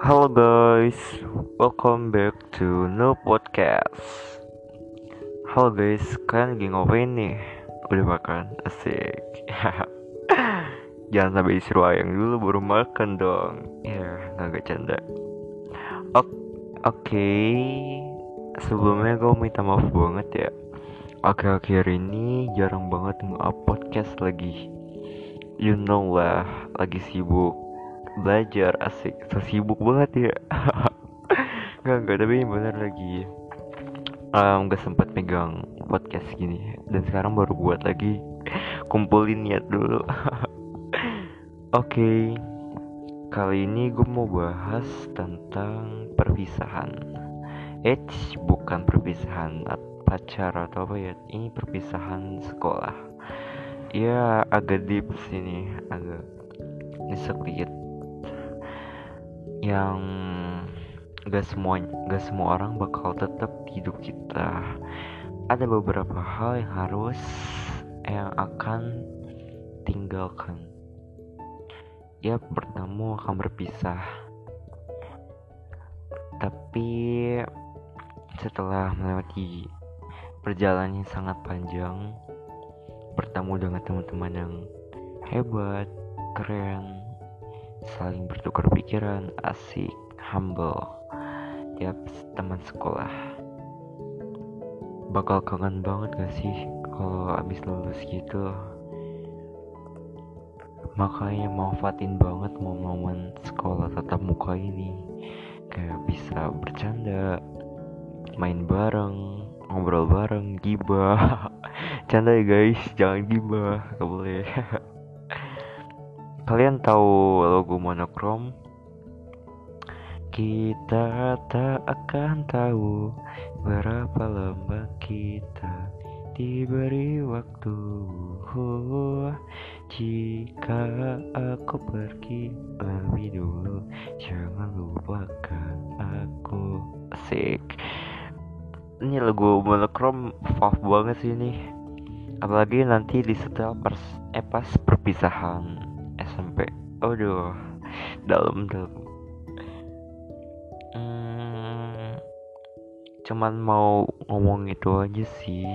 Halo guys, welcome back to No Podcast. Halo guys, kalian lagi ngapain nih? Udah makan? Asik. Jangan sampai disuruh ayang dulu baru makan dong. Ya, nggak canda. Oke, sebelumnya gue minta maaf banget ya. Akhir-akhir ini jarang banget nge-up podcast lagi. You know lah, lagi sibuk belajar, asik. So sibuk banget ya. Enggak, tapi bener lagi gak sempat megang podcast gini. Dan sekarang baru buat lagi. Kumpulin niat dulu. Oke, kali ini gue mau bahas tentang perpisahan. Bukan perpisahan pacar atau apa ya. Ini perpisahan sekolah. Ya agak deep sini, agak nyesek dikit. Yang gak semua orang bakal tetap di hidup kita. Ada beberapa hal yang akan tinggalkan. Ya, pertama akan berpisah. Tapi setelah melewati perjalanan yang sangat panjang, bertemu dengan teman-teman yang hebat, keren, saling bertukar pikiran, asik, humble. Tiap teman sekolah bakal kangen banget gak sih kalau abis lulus gitu. Makanya manfaatin banget momen sekolah tatap muka ini, kayak bisa bercanda, main bareng, ngobrol bareng, gibah. Canda ya guys, jangan gibah, gak boleh. Kalian tahu logo monokrom? Kita tak akan tahu berapa lama kita diberi waktu. Jika aku pergi lebih dulu, jangan lupakan aku. Asik. Ini lagu monokrom fav banget sih ini. Apalagi nanti disetel pas perpisahan SMP. Aduh, dalam. Cuman mau ngomong itu aja sih.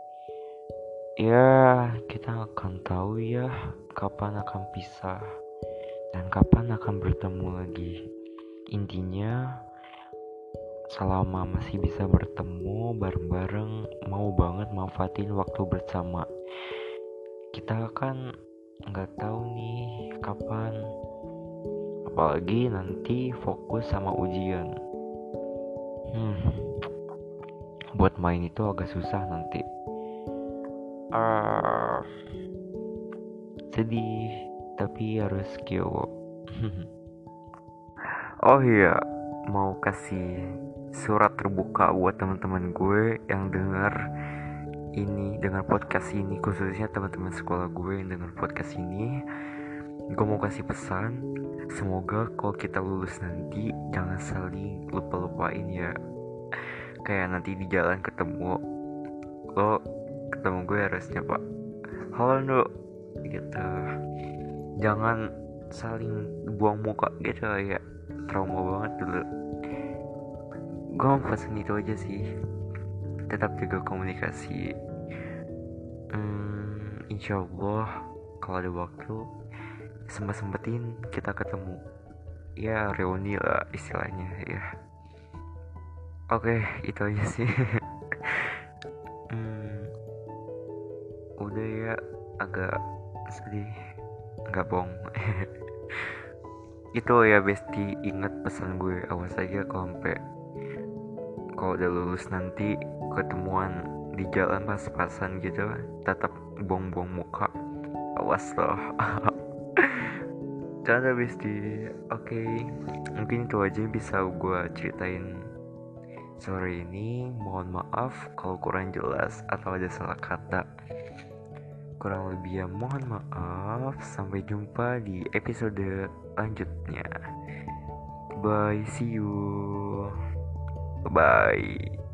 Ya, kita akan tahu ya kapan akan pisah dan kapan akan bertemu lagi. Intinya, selama masih bisa bertemu bareng-bareng, mau banget manfaatin waktu bersama. Kita kan nggak tahu nih kapan, apalagi nanti fokus sama ujian. Buat main itu agak susah nanti. Sedih, tapi harus kyowo. Oh iya, mau kasih surat terbuka buat teman-teman gue yang dengar podcast ini, khususnya teman-teman sekolah gue yang dengar podcast ini. Gue mau kasih pesan, semoga kalau kita lulus nanti jangan saling lupa-lupain ya. Kayak nanti di jalan ketemu gue harusnya pak, halo Ndo, gitu. Jangan saling buang muka gitu ya, trauma banget dulu. Gue mau pesan itu aja sih, tetap jaga komunikasi. Insya Allah kalau ada waktu sempetin kita ketemu, ya reuni lah istilahnya ya. Oke, itu aja sih. Udah ya, agak sedih, agak bohong. Itu ya besti, ingat pesan gue, awas aja kalau udah lulus nanti ketemuan di jalan pas-pasan gitu, tetap buang-buang muka, awas loh. Canda besti. Oke, mungkin itu aja yang bisa gue ceritain sore ini. Mohon maaf kalau kurang jelas atau ada salah kata. Kurang lebih ya mohon maaf. Sampai jumpa di episode lanjutnya. Bye, see you. Bye.